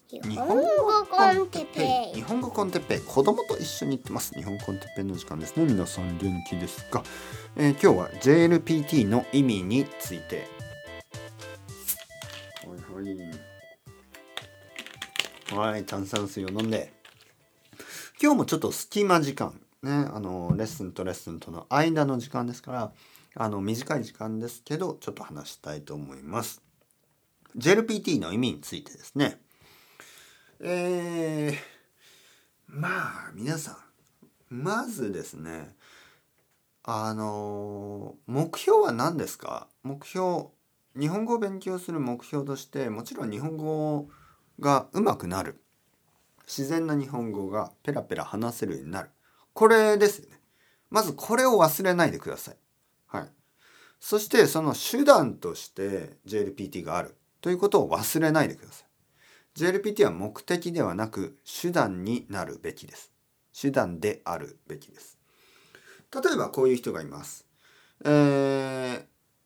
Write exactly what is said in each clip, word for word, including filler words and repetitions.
日本語コンテッペイ日本語コンテッペイ子供と一緒に行ってます。日本語コンテッペイの時間ですね。皆さん元気ですか？えー、今日は ジェイエルピーティー の意味について。はいはいはい、炭酸水を飲んで、今日もちょっと隙間時間ね、あのレッスンとレッスンとの間の時間ですから、あの短い時間ですけどちょっと話したいと思います。 ジェイエルピーティー の意味についてですね。えー、まあ皆さんまずですね、あの目標は何ですか？目標、日本語を勉強する目標として、もちろん日本語が上手くなる、自然な日本語がペラペラ話せるようになる、これですよね。まずこれを忘れないでください。はい。そしてその手段として ジェイエルピーティー があるということを忘れないでください。ジェイエルピーティー は目的ではなく手段になるべきです。手段であるべきです。例えばこういう人がいます。えー、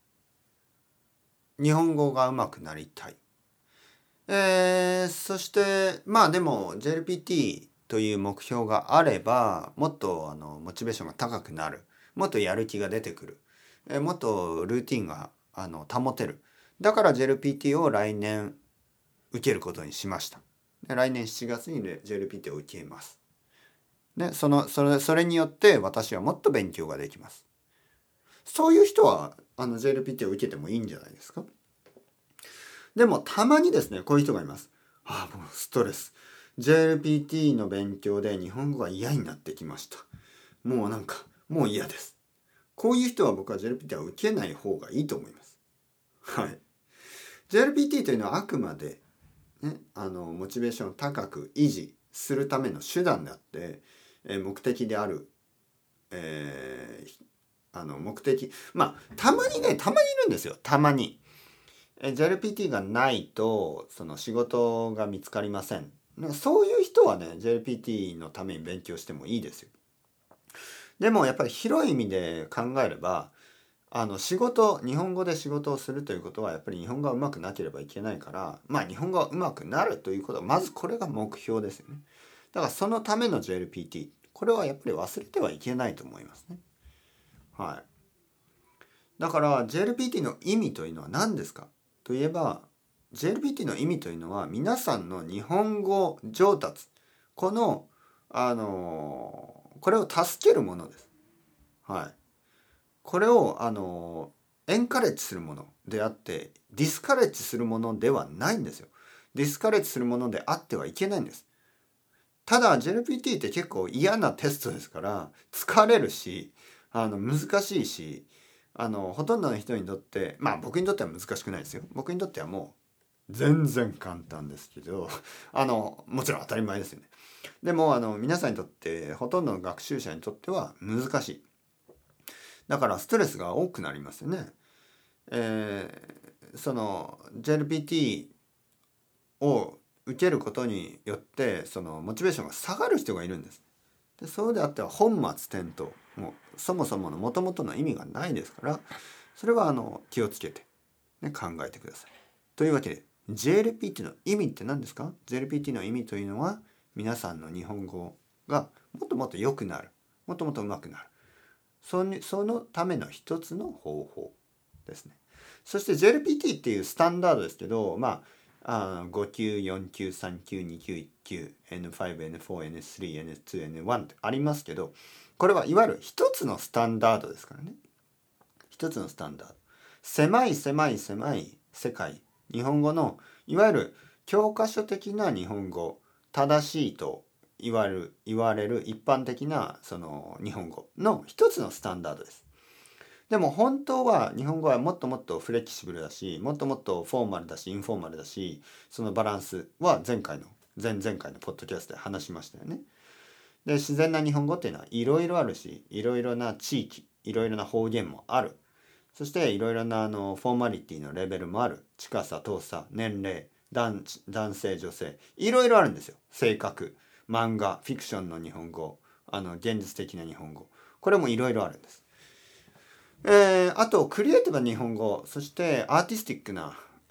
日本語が上手くなりたい。えー、そしてまあでも ジェイエルピーティー という目標があれば、もっとあのモチベーションが高くなる。もっとやる気が出てくる。えー、もっとルーティンがあの保てる。だから ジェイエルピーティー を来年受けることにしました。で来年しちがつに ジェイエルピーティー を受けます。でそのそれそれによって私はもっと勉強ができます。そういう人はあの ジェイエルピーティー を受けてもいいんじゃないですか。でもたまにですね、こういう人がいます。ああもうストレス、 ジェイエルピーティー の勉強で日本語が嫌になってきました。もうなんかもう嫌です。こういう人は僕は ジェイエルピーティー は受けない方がいいと思います。はい。 ジェイエルピーティー というのはあくまでね、あのモチベーションを高く維持するための手段であって、えー、目的である、えー、あの目的、まあたまにね、たまにいるんですよ。たまに、えー、ジェイエルピーティー がないとその仕事が見つかりません。そういう人はね ジェイエルピーティー のために勉強してもいいですよ。でもやっぱり広い意味で考えれば、あの仕事、日本語で仕事をするということはやっぱり日本語が上手くなければいけないから、まあ日本語が上手くなるということはまずこれが目標ですよね。だからそのための ジェイエルピーティー、 これはやっぱり忘れてはいけないと思いますね。はい。だから ジェイエルピーティー の意味というのは何ですかといえば、 ジェイエルピーティー の意味というのは皆さんの日本語上達、このあのこれを助けるものです。はい。これをあのエンカレッジするものであってディスカレッジするものではないんですよ。ディスカレッジするものであってはいけないんです。ただ ジェイエルピーティー って結構嫌なテストですから疲れるし、あの難しいし、あのほとんどの人にとって、まあ僕にとっては難しくないですよ。僕にとってはもう全然簡単ですけどあのもちろん当たり前ですよね。でもあの皆さんにとって、ほとんどの学習者にとっては難しい。だからストレスが多くなりますよね。えー、その ジェイエルピーティー を受けることによってそのモチベーションが下がる人がいるんです。でそうであっては本末転倒、もうそもそもの元々の意味がないですから、それはあの気をつけて、ね、考えてください。というわけで ジェイエルピーティー の意味って何ですか？ ジェイエルピーティー の意味というのは、皆さんの日本語がもっともっと良くなる、もっともっと上手くなる、その、そのための一つの方法ですね。そして ジェイエルピーティー っていうスタンダードですけど、まあ、あご級、よん級、さん級、に級、いち級、エヌファイブ、エヌフォー、エヌスリー、エヌツー、エヌワン ってありますけど、これはいわゆる一つのスタンダードですからね。一つのスタンダード。狭い狭い狭い世界、日本語のいわゆる教科書的な日本語、正しいと言われる、言われる一般的なその日本語の一つのスタンダードです。でも本当は日本語はもっともっとフレキシブルだし、もっともっとフォーマルだしインフォーマルだし、そのバランスは前回の前々回のポッドキャストで話しましたよね。で自然な日本語っていうのはいろいろあるし、いろいろな地域、いろいろな方言もある。そしていろいろなあのフォーマリティのレベルもある。近さ、遠さ、年齢、男男性、女性、いろいろあるんですよ。性格、漫画、フィクションの日本語、あの現実的な日本語、これもいろいろあるんです。えー、あとクリエイティブな日本語、そしてアーティスティックな、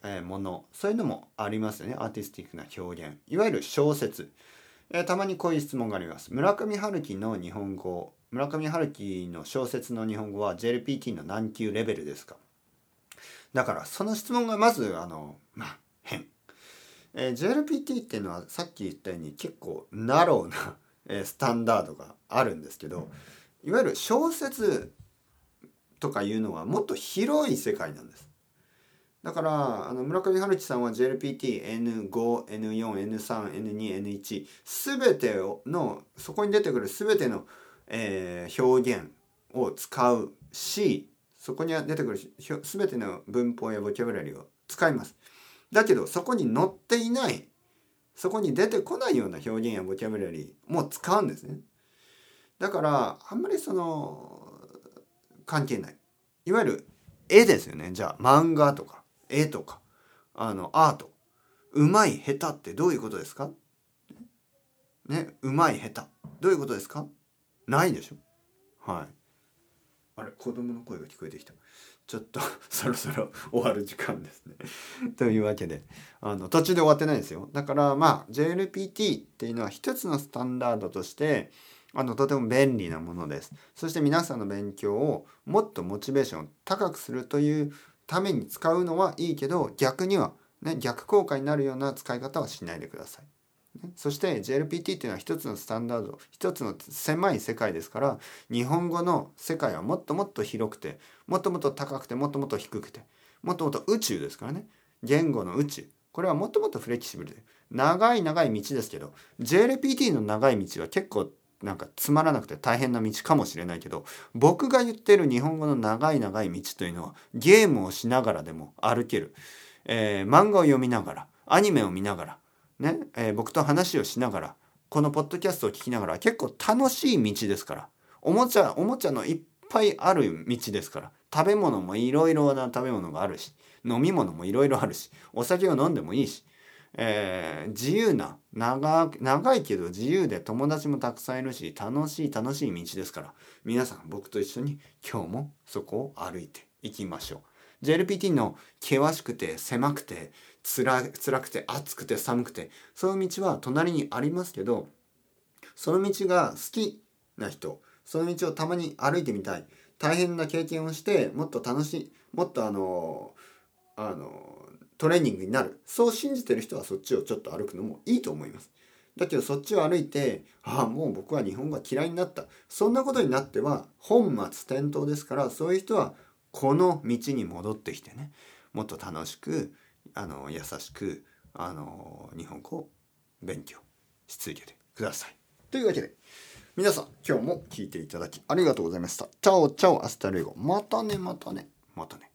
えーもの、そういうのもありますよね。アーティスティックな表現、いわゆる小説、えーたまにこういう質問があります。村上春樹の日本語、村上春樹の小説の日本語は ジェーエルピーティー の何級レベルですか。だからその質問がまずあのまあ変、えー ジェーエルピーティー っていうのはさっき言ったように結構ナローな、えースタンダードがあるんですけど、いわゆる小説とかいうのはもっと広い世界なんです。だからあの村上春樹さんは ジェーエルピーティーエヌご、エヌよん、エヌスリー、エヌツー、エヌワン 全てのそこに出てくる全ての、えー表現を使うし、そこに出てくる全ての文法やボキャブラリーを使います。だけどそこに載っていない、そこに出てこないような表現やボキャブラリーも使うんですね。だからあんまりその関係ない、いわゆる絵ですよね。じゃあ漫画とか絵とかあのアート、うまい下手ってどういうことですかね。うまい下手どういうことですか。ないでしょ。はい。あれ、子供の声が聞こえてきた。ちょっとそろそろ終わる時間ですねというわけで、あの途中で終わってないですよ。だからまあ ジェーエルピーティー っていうのは一つのスタンダードとしてあのとても便利なものです。そして皆さんの勉強をもっとモチベーションを高くするというために使うのはいいけど、逆にはね、逆効果になるような使い方はしないでください。そして ジェーエルピーティー っていうのは一つのスタンダード、一つの狭い世界ですから、日本語の世界はもっともっと広くて、もっともっと高くて、もっともっと低くて、もっともっと宇宙ですからね。言語の宇宙、これはもっともっとフレキシブルで長い長い道ですけど、 ジェーエルピーティー の長い道は結構なんかつまらなくて大変な道かもしれないけど、僕が言ってる日本語の長い長い道というのはゲームをしながらでも歩ける、えー漫画を読みながら、アニメを見ながらね、えー僕と話をしながら、このポッドキャストを聞きながら、結構楽しい道ですから。おもちゃおもちゃのいっぱいある道ですから。食べ物もいろいろな食べ物があるし、飲み物もいろいろあるし、お酒を飲んでもいいし、えー自由な長長いけど自由で友達もたくさんいるし、楽しい楽しい道ですから、皆さん僕と一緒に今日もそこを歩いていきましょう。 ジェーエルピーティー の険しくて狭くてつら辛くて暑くて寒くて、そういう道は隣にありますけど、その道が好きな人、その道をたまに歩いてみたい、大変な経験をしてもっと楽しい、もっとあのあのトレーニングになる、そう信じてる人はそっちをちょっと歩くのもいいと思います。だけどそっちを歩いて、ああもう僕は日本語が嫌いになった、そんなことになっては本末転倒ですから、そういう人はこの道に戻ってきてね、もっと楽しくあの優しくあの日本語を勉強し続けてください。というわけで皆さん今日も聞いていただきありがとうございました。チャオチャオアスタルエゴ、またねまたねまたね。